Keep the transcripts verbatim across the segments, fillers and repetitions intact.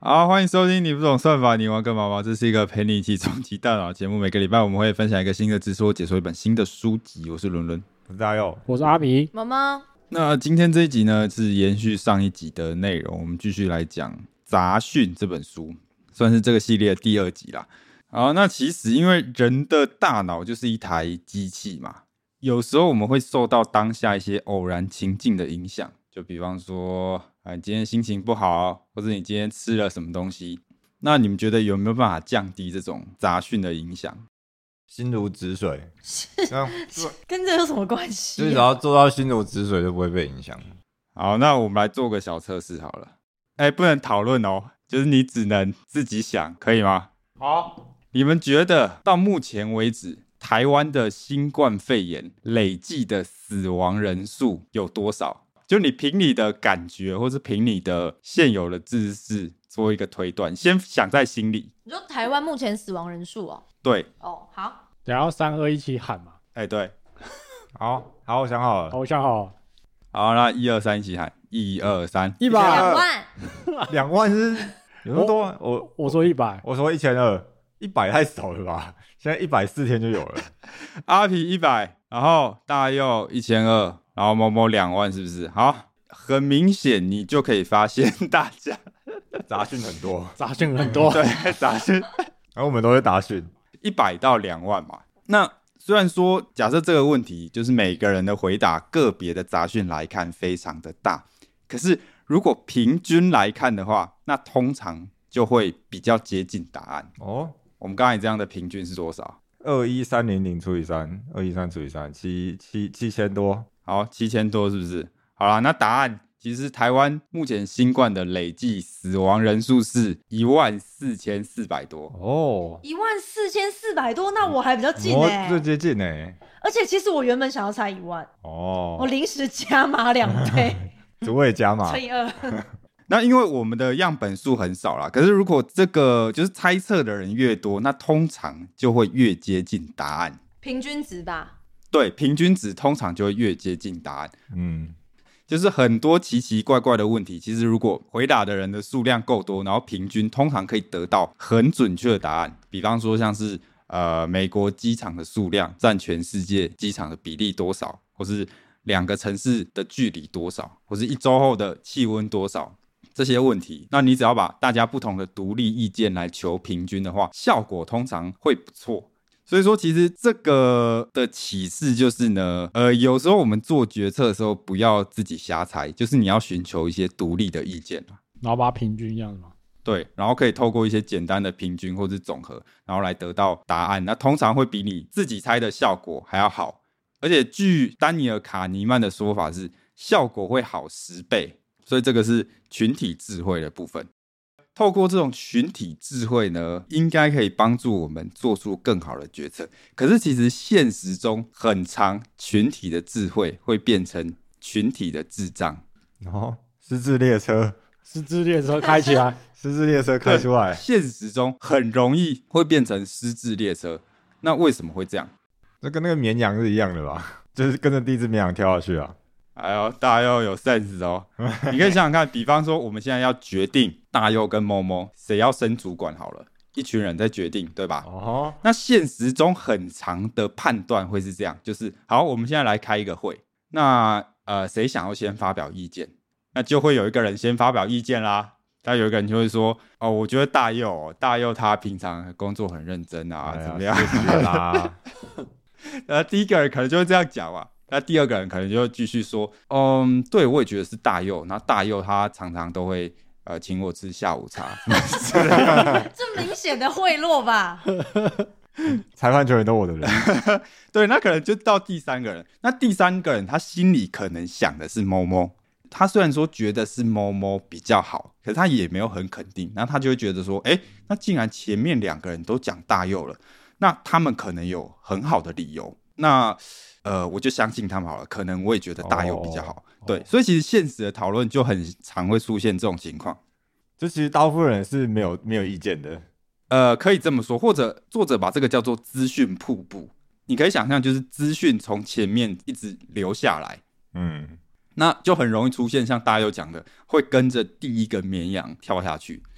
好，欢迎收听你不懂算法，你玩个毛毛。这是一个陪你一起终极大脑的节目。每个礼拜我们会分享一个新的知识或解说一本新的书籍。我是伦伦， 我是大佑， 我是阿皮， 毛毛。 那今天这一集呢，是延续上一集的内容，我们继续来讲《杂讯》这本书，算是这个系列的第二集啦。好，那其实因为人的大脑就是一台机器嘛，有时候我们会受到当下一些偶然情境的影响，就比方说啊，你今天心情不好，或者你今天吃了什么东西，那你们觉得有没有办法降低这种杂讯的影响？ 心如止水， 跟这有什么关系、啊？ 就是只要做到心如止水，就不会被影响。 好，那我们来做个小测试好了。哎、欸，不能讨论哦，就是你只能自己想，可以吗？ 好， 你们觉得到目前为止，台湾的新冠肺炎累计的死亡人数有多少？就你凭你的感觉，或是凭你的现有的知识做一个推断，先想在心里。 你说台湾目前死亡人数哦？ 对。 哦，好。 等一下三二一起喊嘛。 哎、欸，对。 好，好，我想好了。 好，我想好了。 好，那一二三一起喊，一二三， 一百两万， 两万是有那么多？我我我说一百， 我说一千二，一百太少了吧？现在一百四天就有了。 阿皮一百，然后大佑一千二，然后某某两万，是不是？好，很明显，你就可以发现大家杂讯很多， 杂讯很多， 对，杂讯， 然后我们都会杂讯， 一百到两万嘛。那虽然说，假设这个问题就是每个人的回答个别的杂讯来看非常的大，可是如果平均来看的话，那通常就会比较接近答案。 哦， 我们刚才这样的平均是多少？ 二一三零零除以三，二一三除以三，七七七千多。 好，七千多是不是？好啦，那答案其实台湾目前新冠的累计死亡人数是一万四千四百多哦， 一万四千四百多，那我还比较近哎、欸， 最接近哎、欸。 而且其实我原本想要猜一万， 哦， 我临时加码两倍， 只会加码乘以二。 那因为我们的样本数很少啦，可是如果这个就是猜测的人越多，那通常就会越接近答案。 平均值吧？ 对，平均值通常就会越接近答案。 嗯， 就是很多奇奇怪怪的问题，其实如果回答的人的数量够多，然后平均通常可以得到很准确的答案。比方说像是呃美国机场的数量占全世界机场的比例多少，或是两个城市的距离多少，或是一周后的气温多少，这些问题，那你只要把大家不同的独立意见来求平均的话，效果通常会不错。所以说其实这个的启示就是呢，呃，有时候我们做决策的时候不要自己瞎猜，就是你要寻求一些独立的意见， 然后把它平均一样嘛。 对，然后可以透过一些简单的平均或是总和，然后来得到答案，那通常会比你自己猜的效果还要好。而且据丹尼尔·卡尼曼的说法是效果会好十倍，所以这个是群体智慧的部分。透过这种群体智慧呢，应该可以帮助我们做出更好的决策。可是其实现实中很常群体的智慧会变成群体的智障。 哦，失智列车， 失智列车开起来， 失智列车开出来， 现实中很容易会变成失智列车。那为什么会这样？ 这跟那个绵羊是一样的吧？就是跟着第一只绵羊跳下去啊。 哎呦，大佑有 sense 哦！你可以想想看，比方说我们现在要决定大佑跟某某谁要升主管好了，一群人在决定，对吧？ 哦， 那现实中很长的判断会是这样，就是好，我们现在来开一个会，那呃，谁想要先发表意见？那就会有一个人先发表意见啦。那有一个人就会说，哦，我觉得大佑、哦，大佑他平常工作很认真啊， 哎、 怎么样？ 啦呃，第一个人可能就会这样讲嘛。那第二个人可能就继续说，嗯，对，我也觉得是大佑。那大佑他常常都会呃请我吃下午茶， 这明显的贿赂吧？ 裁判球员都我的人， 对，那可能就到第三个人。那第三个人他心里可能想的是某某，他虽然说觉得是某某比较好，可是他也没有很肯定。然后他就会觉得说，哎，那既然前面两个人都讲大佑了，那他们可能有很好的理由。那呃，我就相信他们好了，可能我也觉得大佑比较好，哦、对，所以其实现实的讨论就很常会出现这种情况。 就其实大部分人是没有没有意见的， 呃，可以这么说，或者作者把这个叫做资讯瀑布，你可以想象就是资讯从前面一直流下来， 嗯， 那就很容易出现像大佑讲的，会跟着第一个绵羊跳下去。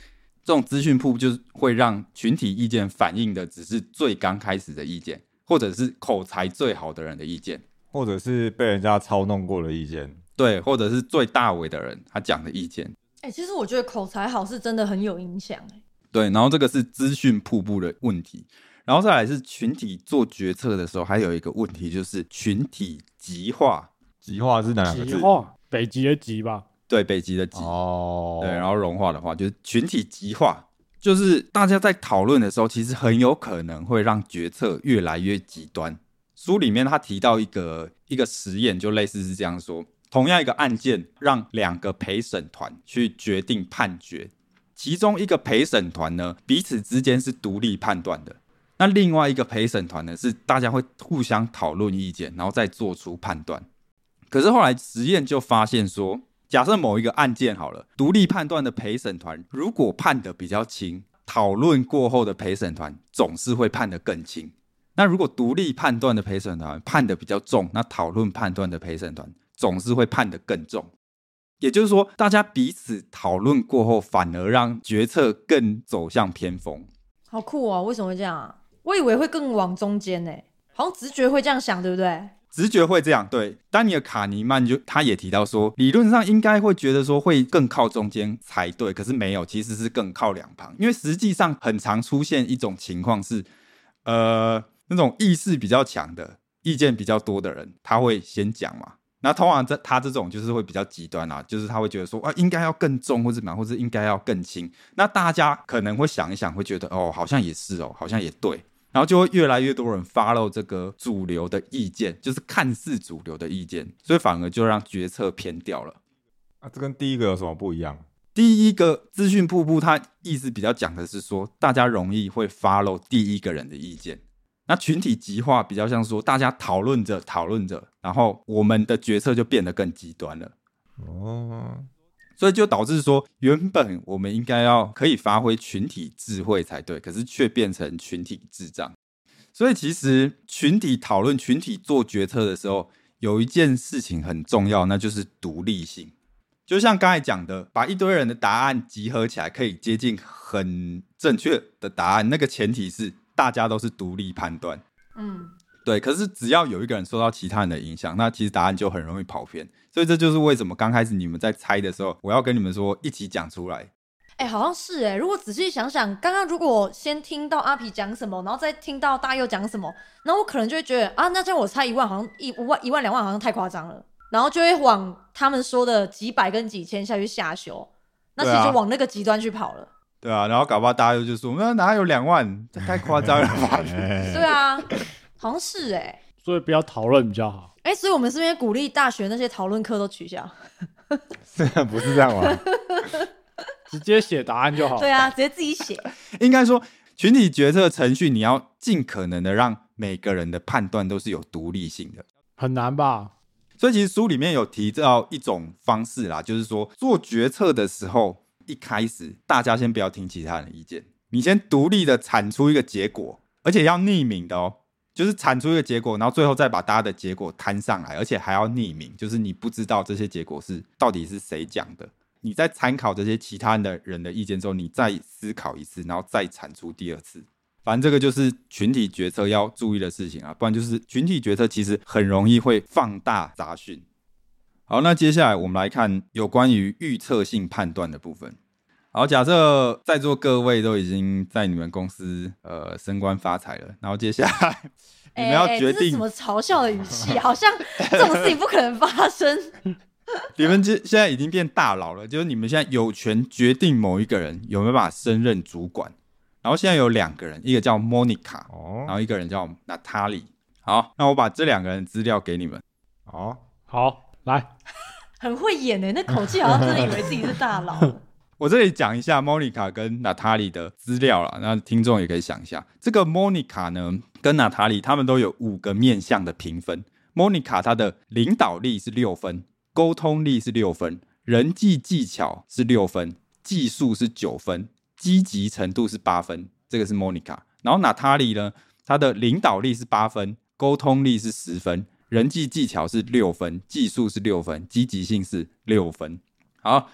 这种资讯瀑布就是会让群体意见反映的只是最刚开始的意见，或者是口才最好的人的意见， 或者是被人家操弄过的意见， 对，或者是最大尾的人他讲的意见。 哎、欸，其实我觉得口才好是真的很有影响、欸。 对，然后这个是资讯瀑布的问题，然后再来是群体做决策的时候，还有一个问题就是群体极化。 极化是哪两个字？ 极化，北极的极吧？ 对，北极的极。 哦， 对，然后融化的话就是群体极化，就是大家在讨论的时候，其实很有可能会让决策越来越极端。书里面他提到一个一个实验，就类似是这样说：同样一个案件，让两个陪审团去决定判决，其中一个陪审团呢，彼此之间是独立判断的，那另外一个陪审团呢，是大家会互相讨论意见，然后再做出判断。可是后来实验就发现说，假设某一个案件好了，独立判断的陪审团如果判得比较轻，讨论过后的陪审团总是会判得更轻。那如果独立判断的陪审团判得比较重，那讨论判断的陪审团总是会判得更重。也就是说，大家彼此讨论过后，反而让决策更走向偏锋。 好酷哦！为什么会这样啊？我以为会更往中间呢，好像直觉会这样想，对不对？ 直觉会这样，对。丹尼尔·卡尼曼就他也提到说，理论上应该会觉得说会更靠中间才对，可是没有，其实是更靠两旁。因为实际上很常出现一种情况是，呃，那种意识比较强的、意见比较多的人，他会先讲嘛。那通常这他这种就是会比较极端啦、啊，就是他会觉得说啊，应该要更重或者怎么样，或者应该要更轻。那大家可能会想一想，会觉得哦，好像也是哦，好像也对。然后就会越来越多人 follow 这个主流的意见，就是看似主流的意见，所以反而就让决策偏掉了。 啊，这跟第一个有什么不一样？ 第一个资讯瀑布，它意思比较讲的是说，大家容易会 follow 第一个人的意见。那群体极化比较像说，大家讨论着讨论着，然后我们的决策就变得更极端了。 哦。 所以就导致说，原本我们应该要可以发挥群体智慧才对，可是却变成群体智障。所以其实群体讨论、群体做决策的时候，有一件事情很重要，那就是独立性。就像刚才讲的，把一堆人的答案集合起来，可以接近很正确的答案，那个前提是大家都是独立判断。 嗯。对， 可是只要有一个人受到其他人的影响，那其实答案就很容易跑偏。所以这就是为什么刚开始你们在猜的时候，我要跟你们说一起讲出来。 哎、欸，好像是哎、欸。如果仔细想想，刚刚如果我先听到阿皮讲什么，然后再听到大佑讲什么，然后我可能就会觉得啊，那这样我猜一万好像一万一万两万好像太夸张了，然后就会往他们说的几百跟几千下去下修，那其实就往那个极端去跑了。 对啊，然后搞不好大佑就说那哪有两万，这太夸张了吧？ 对啊。好像是哎、欸， 所以不要讨论比较好。 哎、欸，所以我们是不是鼓励大学那些讨论课都取消？ 是不是这样吗？ 直接写答案就好。 对啊，直接自己写。 应该说，群体决策程序你要尽可能的让每个人的判断都是有独立性的， 很难吧？ 所以其实书里面有提到一种方式啦，就是说做决策的时候，一开始大家先不要听其他人的意见，你先独立的产出一个结果。而且要匿名的哦，就是产出一个结果，然后最后再把大家的结果摊上来，而且还要匿名，就是你不知道这些结果是到底是谁讲的。你在参考这些其他的人的意见之后，你再思考一次，然后再产出第二次。反正这个就是群体决策要注意的事情啊，不然就是群体决策其实很容易会放大杂讯。好，那接下来我们来看有关于预测性判断的部分。好，假设在座各位都已经在你们公司呃升官发财了，然后接下来你们要决定、欸欸、这是什么嘲笑的语气，好像这种事情不可能发生。 你们现在已经变大佬了，就是你们现在有权决定某一个人有没有办法升任主管。然后现在有两个人，一个叫 Monica，、哦、然后一个人叫 Natalie。好，那我把这两个人资料给你们。 哦， 好，来， 很会演耶，那口气好像真的以为自己是大佬。 我这里讲一下 Monica 跟 Natalie 的资料啦，那听众也可以想一下，这个 Monica 呢跟 Natalie 他们都有五个面向的评分。Monica 她的领导力是六分，沟通力是六分，人际技巧是六分，技术是九分，积极程度是八分，这个是 Monica。然后 Natalie 呢，她的领导力是八分，沟通力是十分，人际技巧是六分，技术是六分，积极性是六分。好。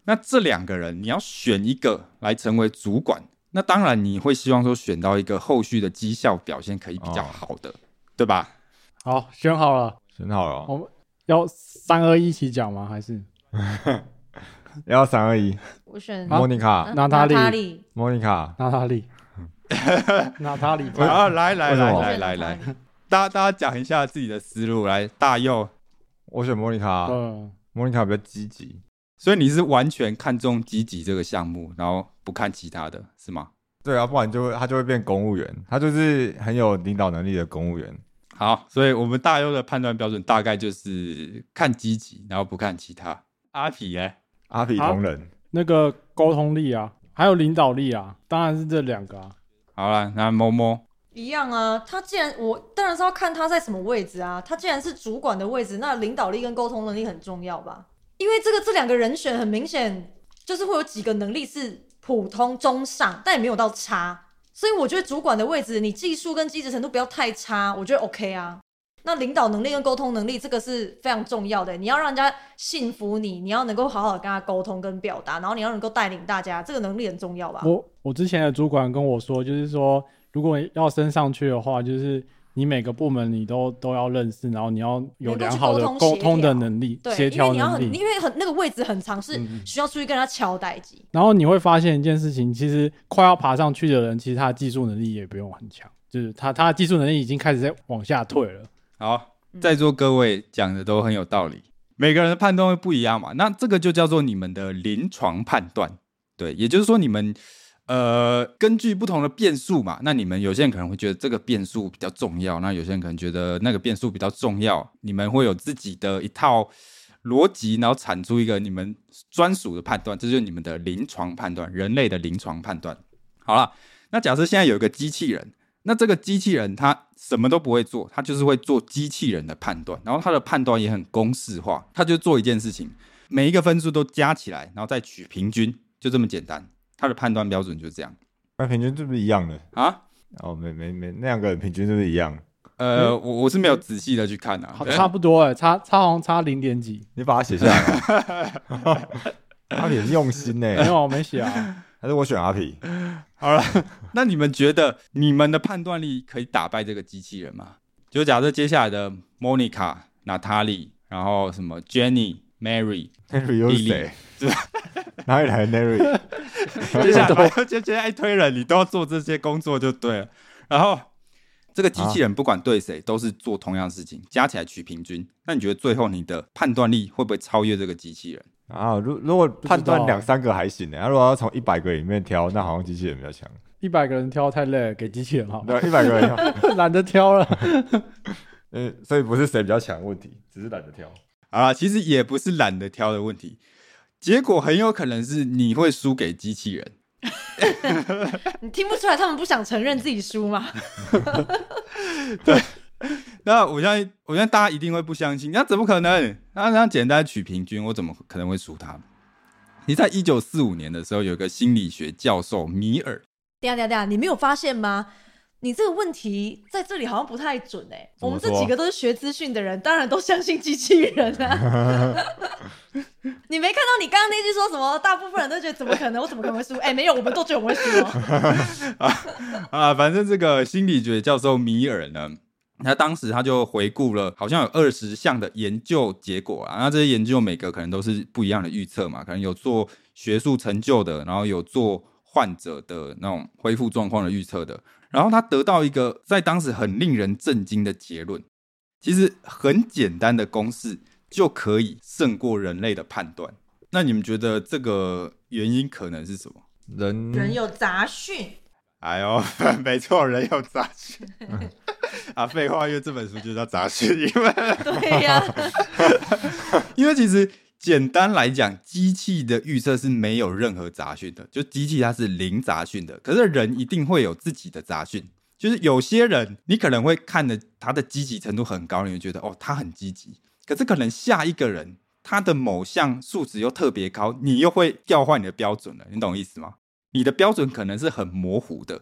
那这两个人你要选一个来成为主管，那当然你会希望说选到一个后续的绩效表现可以比较好的，哦、对吧？ 好，选好了， 选好了、哦。 我们要三二一一起讲吗？还是要三二一？ 我选莫妮卡、 娜塔莉、 莫妮卡、 娜塔莉、娜塔莉。 啊，来来来来来来，大家大家讲一下自己的思路。来，大佑， 我选莫妮卡。嗯，莫妮卡比较积极。 所以你是完全看重积极这个项目，然后不看其他的是吗？ 对啊，不然就会他就会变公务员，他就是很有领导能力的公务员。 好，所以我们大优的判断标准大概就是看积极，然后不看其他。阿皮呢？ 阿皮同仁， 那个沟通力啊，还有领导力啊，当然是这两个啊。 好了，那摸摸一样啊。他既然我当然是要看他在什么位置啊。他既然是主管的位置，那领导力跟沟通能力很重要吧？因为这个这两个人选很明显就是会有几个能力是普通中上，但也没有到差，所以我觉得主管的位置你技术跟机智程度不要太差，我觉得 OK 啊。那领导能力跟沟通能力这个是非常重要的，你要让人家信服你，你要能够好好跟他沟通跟表达，然后你要能够带领大家，这个能力很重要吧。 我我之前的主管跟我说，就是说如果要升上去的话，就是你每个部门你都都要认识，然后你要有良好的沟通的能力、协调能力。 因为很那个位置很长，是需要出去跟他敲代机、嗯。 然后你会发现一件事情，其实快要爬上去的人，其实他的技术能力也不用很强，就是他他的技术能力已经开始在往下退了。 好，在座各位讲的都很有道理，每个人的判断会不一样嘛，那这个就叫做你们的临床判断，对，也就是说你们。呃，根据不同的变数嘛，那你们有些人可能会觉得这个变数比较重要，那有些人可能觉得那个变数比较重要，你们会有自己的一套逻辑，然后产出一个你们专属的判断，这就是你们的临床判断，人类的临床判断。好了，那假设现在有一个机器人，那这个机器人它什么都不会做，它就是会做机器人的判断，然后它的判断也很公式化，它就做一件事情，每一个分数都加起来，然后再取平均，就这么简单。他的判断标准就是这样， 那平均是不是一样的啊？ 哦，没没没，那两个人平均是不是一样？ 呃，嗯、我我是没有仔细的去看啊， 差不多哎，差差好像差零点几。 你把它写下来了，阿皮是用心呢、欸。 没有，我没写啊。 还是我选阿皮？ 好了，那你们觉得你们的判断力可以打败这个机器人吗？就假设接下来的 Monica、Natalie， 然后什么 Jenny、Mary、Mary 又是谁？哪里来的 Mary？ 接下来接接下来一堆人，你都要做这些工作就对了。然后这个机器人不管对谁、啊、都是做同样的事情，加起来取平均。那你觉得最后你的判断力会不会超越这个机器人？ 啊，如如果判断两三个还行呢、欸，如果要从一百个里面挑，那好像机器人比较强。 一百个人挑太累了，给机器人好。 对，一百个人挑， 懒得挑了。 嗯，所以不是谁比较强的问题，只是懒得挑。 啊，其实也不是懒得挑的问题。结果很有可能是你会输给机器人。 你听不出来他们不想承认自己输吗？ 对，那我相信，我相信大家一定会不相信，那怎么可能？那这样简单取平均，我怎么可能会输他？你在一九四五年的时候，有一个心理学教授米尔。 等一下等一下，你没有发现吗？你这个问题在这里好像不太准哎、欸。我们这几个都是学资讯的人，当然都相信机器人啊。你没看到你刚刚那句说什么？大部分人都觉得怎么可能？我怎么可能会输？哎、欸，没有，我们都觉得我会输哦。 啊啊！反正这个心理学教授米尔呢，他当时他就回顾了，好像有二十项的研究结果啊。那这些研究每个可能都是不一样的预测嘛，可能有做学术成就的，然后有做患者的那种恢复状况的预测的。然后他得到一个在当时很令人震惊的结论，其实很简单的公式就可以胜过人类的判断。那你们觉得这个原因可能是什么？ 人人有杂讯。 哎呦，没错，人有杂讯。啊，废话，因为这本书就叫杂讯，因为对呀、 啊，因为其实简单来讲，机器的预测是没有任何杂讯的，就机器它是零杂讯的。可是人一定会有自己的杂讯，就是有些人你可能会看的他的积极程度很高，你会觉得哦他很积极，可是可能下一个人他的某项数值又特别高，你又会调换你的标准了，你懂意思吗？你的标准可能是很模糊的，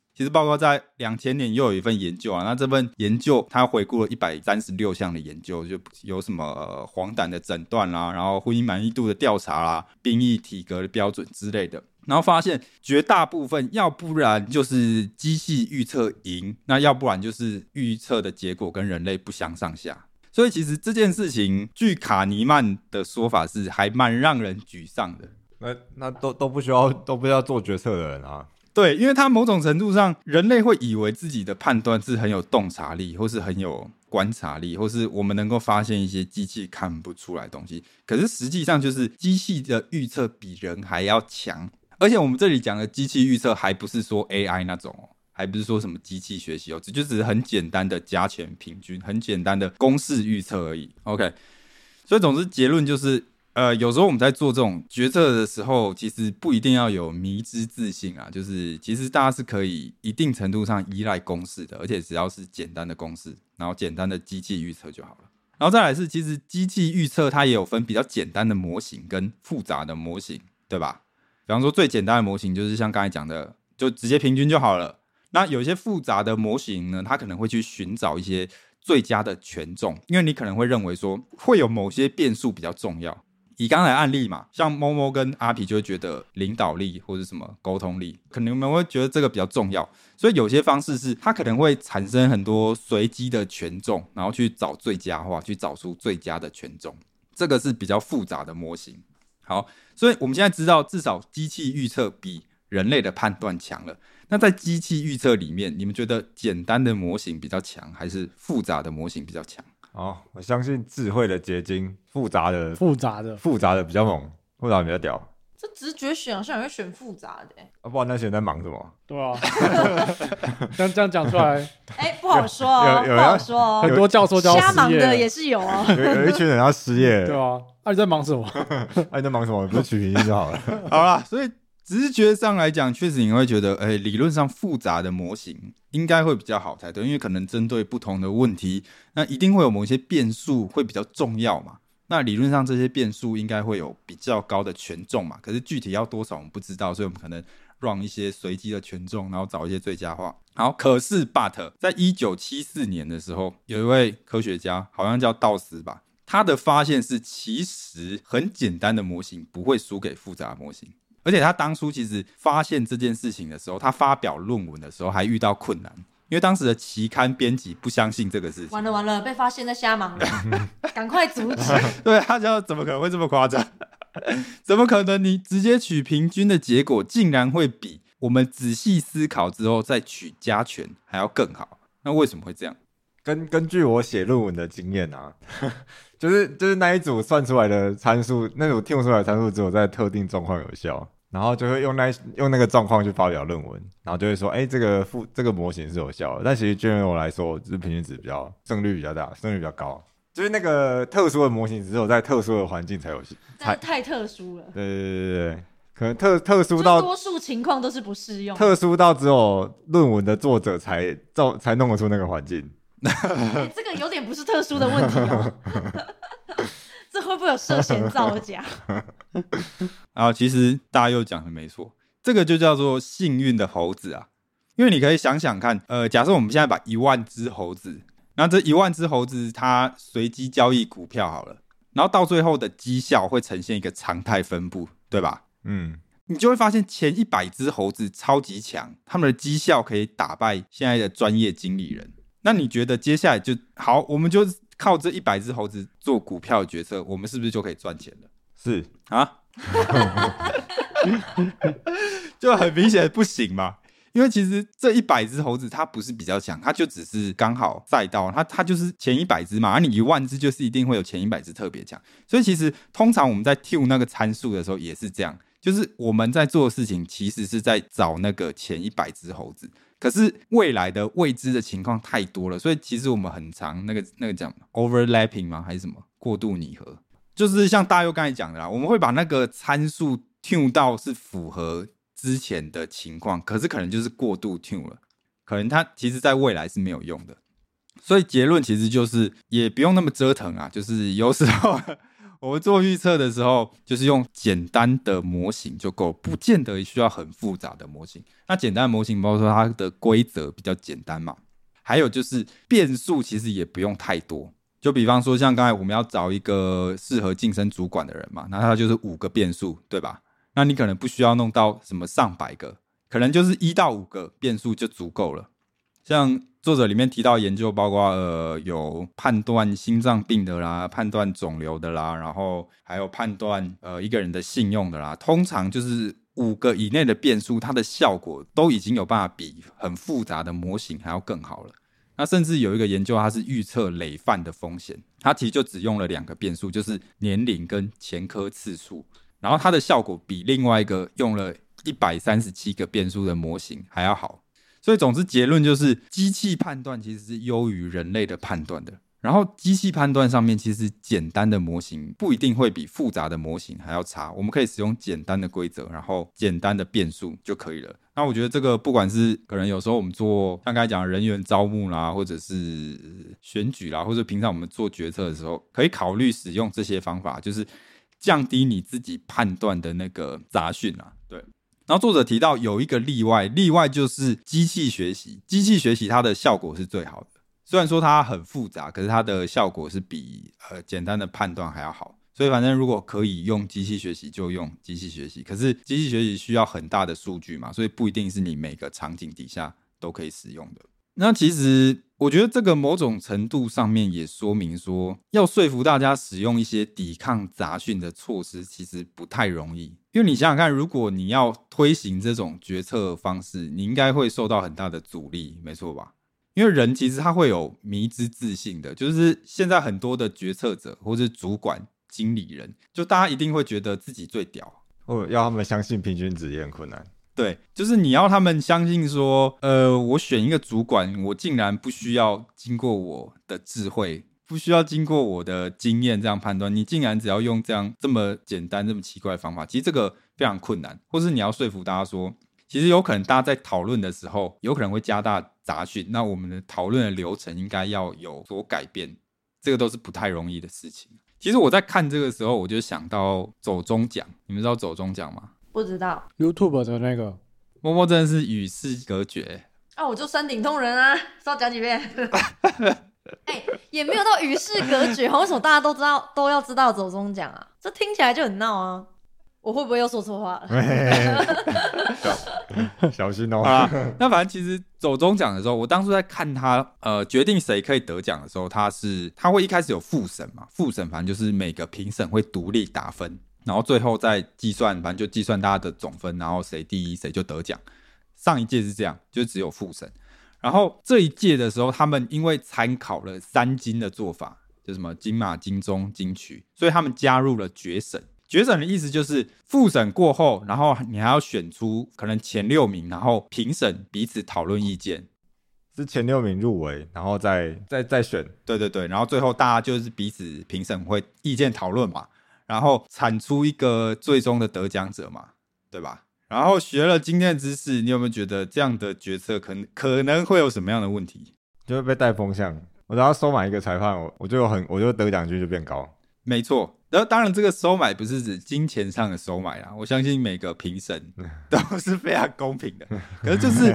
其实包括在两千年又有一份研究啊，那这份研究它回顾了一百三十六项的研究，就有什么、呃、黄疸的诊断啦，然后婚姻满意度的调查啦，兵役体格的标准之类的，然后发现绝大部分要不然就是机器预测赢，那要不然就是预测的结果跟人类不相上下。所以其实这件事情据卡尼曼的说法是还蛮让人沮丧的。 那那都都不需要都不需要做决策的人啊。 对，因为他某种程度上人类会以为自己的判断是很有洞察力，或是很有观察力，或是我们能够发现一些机器看不出来的东西，可是实际上就是机器的预测比人还要强。而且我们这里讲的机器预测还不是说 A I 那种，还不是说什么机器学习，这就只是很简单的加权平均，很简单的公式预测而已。 OK， 所以总之结论就是呃，有时候我们在做这种决策的时候，其实不一定要有迷之自信啊，就是其实大家是可以一定程度上依赖公式的，而且只要是简单的公式，然后简单的机器预测就好了。然后再来是，其实机器预测它也有分比较简单的模型跟复杂的模型，对吧？比方说最简单的模型就是像刚才讲的，就直接平均就好了。那有一些复杂的模型呢，它可能会去寻找一些最佳的权重，因为你可能会认为说会有某些变数比较重要。以刚才案例嘛，像某某跟阿皮就会觉得领导力或者什么沟通力，可能你们会觉得这个比较重要，所以有些方式是它可能会产生很多随机的权重，然后去找最佳化，去找出最佳的权重，这个是比较复杂的模型。好，所以我们现在知道至少机器预测比人类的判断强了。那在机器预测里面，你们觉得简单的模型比较强，还是复杂的模型比较强？ 哦，我相信智慧的结晶，复杂的复杂的复杂的比较猛，复杂的比较屌。 这直觉选好像也会选复杂的、欸， 啊，不然那些人在忙什么？ 对啊，这样这样讲出来， 哎、欸，不好说哦， 有有不好说哦， 很多教授都要失业了， 瞎忙的也是有哦。 有有一群人要失业， 对啊，啊你在忙什么？ 啊你在忙什么？不是取平均就好了。 好啦，所以直觉上来讲，确实你会觉得，哎、欸，理论上复杂的模型应该会比较好才对，因为可能针对不同的问题，那一定会有某些变数会比较重要嘛。那理论上这些变数应该会有比较高的权重嘛，可是具体要多少我们不知道，所以我们可能 run 一些随机的权重，然后找一些最佳化。好，可是 but 在一九七四年的时候，有一位科学家好像叫道斯吧，他的发现是其实很简单的模型不会输给复杂模型，而且他当初其实发现这件事情的时候，他发表论文的时候还遇到困难，因为当时的期刊编辑不相信这个事情。 完了完了，被发现在瞎忙了，赶快阻止！ 对，他讲怎么可能会这么夸张？怎么可能你直接取平均的结果，竟然会比我们仔细思考之后再取加权还要更好？那为什么会这样？ 根根据我写论文的经验啊，就是就是那一组算出来的参数，那组听出来的参数只有在特定状况有效。然后就会用那用那个状况去发表论文，然后就会说，哎、欸，这个复这个模型是有效的，但其实对我来说，就是平均值比较胜率比较大，胜率比较高，就是那个特殊的模型只有在特殊的环境才有效， 但太特殊了。 对对对对，可能特特殊到多数情况都是不适用， 特殊到只有论文的作者才造才弄得出那个环境。 欸、这个有点不是特殊的问题哦。这会不会有涉嫌造假？ 啊，其实大家又讲的没错，这个就叫做幸运的猴子啊。因为你可以想想看，呃，假设我们现在把一万只猴子，那这一万只猴子它随机交易股票好了，然后到最后的绩效会呈现一个常态分布，对吧？ 嗯， 你就会发现前一百只猴子超级强，他们的绩效可以打败现在的专业经理人。那你觉得接下来就好，我们就靠这一百只猴子做股票的决策，我们是不是就可以赚钱了？ 是啊，就很明显不行嘛。因为其实这一百只猴子它不是比较强，它就只是刚好赛道，它它就是前一百只嘛，而、啊、你一万只就是一定会有前一百只特别强。所以其实通常我们在 tune 那个参数的时候也是这样，就是我们在做的事情其实是在找那个前一百只猴子。可是未来的未知的情况太多了，所以其实我们很常那个那个讲 overlapping 吗？还是什么过度拟合？就是像大佑刚才讲的啦，我们会把那个参数 tune 到是符合之前的情况，可是可能就是过度 tune 了，可能它其实在未来是没有用的。所以结论其实就是也不用那么折腾啊，就是有时候我们做预测的时候，就是用简单的模型就够，不见得需要很复杂的模型。那简单的模型包括说它的规则比较简单嘛，还有就是变数其实也不用太多。就比方说像刚才我们要找一个适合晋升主管的人嘛，那他就是五个变数，对吧？那你可能不需要弄到什么上百个，可能就是一到五个变数就足够了。像作者里面提到研究包括呃有判断心脏病的啦，判断肿瘤的啦，然后还有判断呃一个人的信用的啦，通常就是五个以内的变数，它的效果都已经有办法比很复杂的模型还要更好了。那甚至有一个研究，它是预测累犯的风险，它其实就只用了两个变数，就是年龄跟前科次数，然后它的效果比另外一个用了一百三十七个变数的模型还要好。所以总之结论就是，机器判断其实是优于人类的判断的。然后机器判断上面，其实简单的模型不一定会比复杂的模型还要差。我们可以使用简单的规则，然后简单的变数就可以了。那我觉得这个不管是可能有时候我们做像刚才讲的人员招募啦，或者是选举啦，或者平常我们做决策的时候，可以考虑使用这些方法，就是降低你自己判断的那个杂讯啦。对。然后作者提到有一个例外，例外就是机器学习。机器学习它的效果是最好的。虽然说它很复杂，可是它的效果是比呃简单的判断还要好。所以反正如果可以用机器学习就用机器学习，可是机器学习需要很大的数据嘛，所以不一定是你每个场景底下都可以使用的。那其实我觉得这个某种程度上面也说明说，要说服大家使用一些抵抗杂讯的措施其实不太容易。因为你想想看，如果你要推行这种决策方式，你应该会受到很大的阻力，没错吧？因为人其实他会有迷之自信的，就是现在很多的决策者或是主管经理人，就大家一定会觉得自己最屌， 或者要他们相信平均值也很困难。 对，就是你要他们相信说，呃，我选一个主管，我竟然不需要经过我的智慧，不需要经过我的经验这样判断，你竟然只要用这样这么简单这么奇怪的方法，其实这个非常困难。或是你要说服大家说，其实有可能大家在讨论的时候有可能会加大杂讯，那我们的讨论的流程应该要有所改变，这个都是不太容易的事情。其实我在看这个时候，我就想到走中奖，你们知道走中奖吗？ 不知道。 YouTube 的那个默默真的是与世隔绝啊，我就山顶洞人啊，稍讲几遍。欸，也没有到与世隔绝，为什么大家都知道都要知道走中奖啊？这听起来就很闹啊！我会不会又说错话了？ 小, 小心哦！ 啊，那反正其实走中奖的时候，我当初在看他呃决定谁可以得奖的时候，他是他会一开始有复审嘛，复审反正就是每个评审会独立打分，然后最后再计算，反正就计算大家的总分，然后谁第一谁就得奖。上一届是这样，就只有复审。然后这一届的时候，他们因为参考了三金的做法，就什么金马、金钟、金曲，所以他们加入了决审。决审的意思就是复审过后，然后你还要选出可能前六名，然后评审彼此讨论意见， 是前六名入围，然后再再再选。 对对对，然后最后大家就是彼此评审会意见讨论嘛，然后产出一个最终的得奖者嘛，对吧？然后学了今天的知识，你有没有觉得这样的决策可能可能会有什么样的问题？ 就会被带风向。我只要收买一个裁判，我我就有很我就得奖率就变高。 没错。然后当然这个收买不是指金钱上的收买啦，我相信每个评审都是非常公平的。可是就是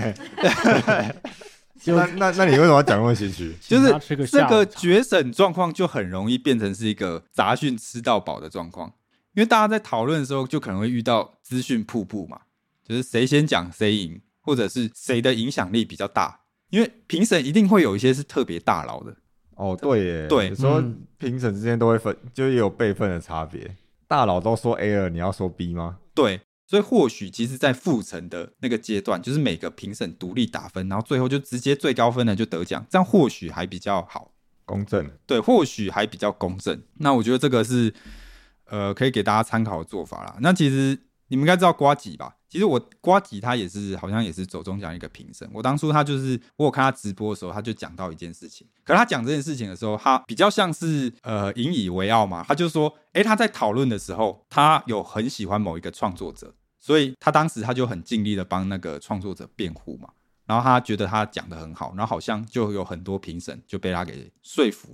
那那那你为什么要讲那么心虚？ 就是这个决审状况就很容易变成是一个杂讯吃到饱的状况，因为大家在讨论的时候就可能会遇到资讯瀑布嘛，就是谁先讲谁赢，或者是谁的影响力比较大，因为评审一定会有一些是特别大佬的。 哦，对耶， 对， 有时候评审之间都会分，就也有辈分的差别。大佬都说 A 了，你要说 B 吗？ 对，所以或许其实在复审的那个阶段，就是每个评审独立打分，然后最后就直接最高分的就得奖，这样或许还比较好， 公正。 对，或许还比较公正。那我觉得这个是呃可以给大家参考的做法啦。那其实你们应该知道呱吉吧？其实我呱吉他也是好像也是走中奖一个评审。我当初他就是我有看他直播的时候，他就讲到一件事情。可是他讲这件事情的时候，他比较像是呃引以为傲嘛。他就说，哎，他在讨论的时候，他有很喜欢某一个创作者，所以他当时他就很尽力的帮那个创作者辩护嘛。然后他觉得他讲得很好，然后好像就有很多评审就被他给说服了。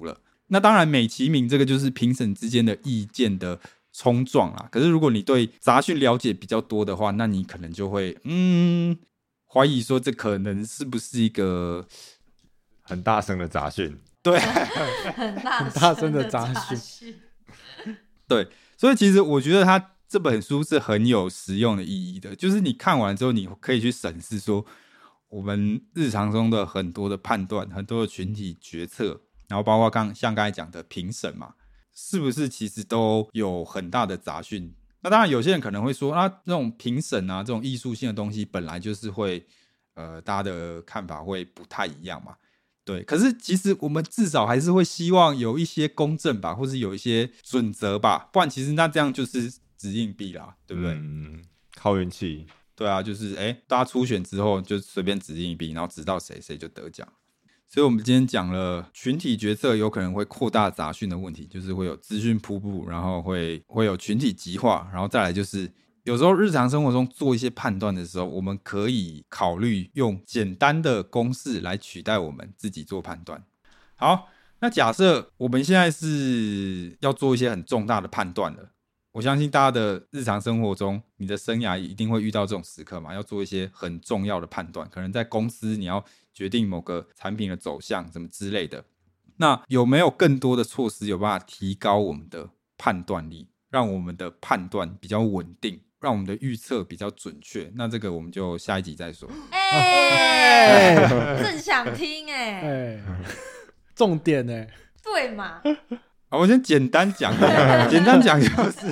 那当然美其名这个就是评审之间的意见的冲撞啦，可是如果你对杂讯了解比较多的话，那你可能就会嗯怀疑说这可能是不是一个很大声的杂讯。 对很大很大声的杂杂讯对，所以其实我觉得他这本书是很有实用的意义的，就是你看完之后你可以去审视说我们日常中的很多的判断，很多的群体决策，然后包括刚像刚才讲的评审嘛，是不是其实都有很大的杂讯。那当然有些人可能会说啊，这种评审啊，这种艺术性的东西本来就是会呃大家的看法会不太一样嘛，对，可是其实我们至少还是会希望有一些公正吧，或是有一些准则吧，不然其实那这样就是掷硬币啦，对不对？ 嗯，靠运气。 对啊，就是哎，大家初选之后就随便掷硬币，然后指到谁谁就得奖。所以我们今天讲了群体决策有可能会扩大杂讯的问题，就是会有资讯瀑布，然后会会有群体极化，然后再来就是有时候日常生活中做一些判断的时候，我们可以考虑用简单的公式来取代我们自己做判断。好，那假设我们现在是要做一些很重大的判断了，我相信大家的日常生活中，你的生涯一定会遇到这种时刻嘛，要做一些很重要的判断，可能在公司你要决定某个产品的走向什么之类的。那有没有更多的措施有办法提高我们的判断力，让我们的判断比较稳定，让我们的预测比较准确？那这个我们就下一集再说。 哎、欸，正想听哎、欸欸，重点哎、欸， 对嘛？ 好，我先简单讲，简单讲就是，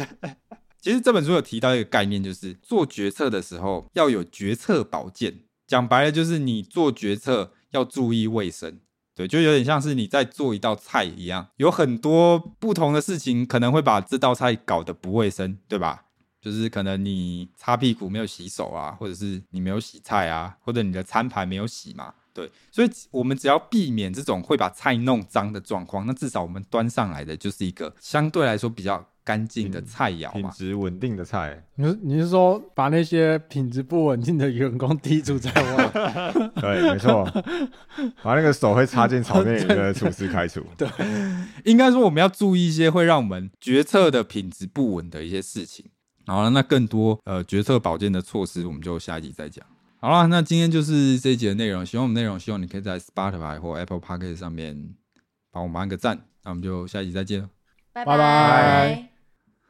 其实这本书有提到一个概念，就是做决策的时候要有决策保健。讲白了就是你做决策要注意卫生，对，就有点像是你在做一道菜一样，有很多不同的事情可能会把这道菜搞得不卫生，对吧？就是可能你擦屁股没有洗手啊，或者是你没有洗菜啊，或者你的餐盘没有洗嘛，对，所以我们只要避免这种会把菜弄脏的状况，那至少我们端上来的就是一个相对来说比较干净的菜肴嘛， 品质稳定的菜。 你是你是说把那些品质不稳定的员工剔除在外？ 对，没错，把那个手会插进炒面里的厨师开除。 对， 应该说我们要注意一些会让我们决策的品质不稳的一些事情。好了，那更多呃决策保健的措施，我们就下一集再讲。好了，那今天就是这一集的内容。喜欢我们内容，希望你可以在 Spotify 或 Apple Podcast 上面帮我们按个赞。那我们就下一集再见了， 拜拜拜。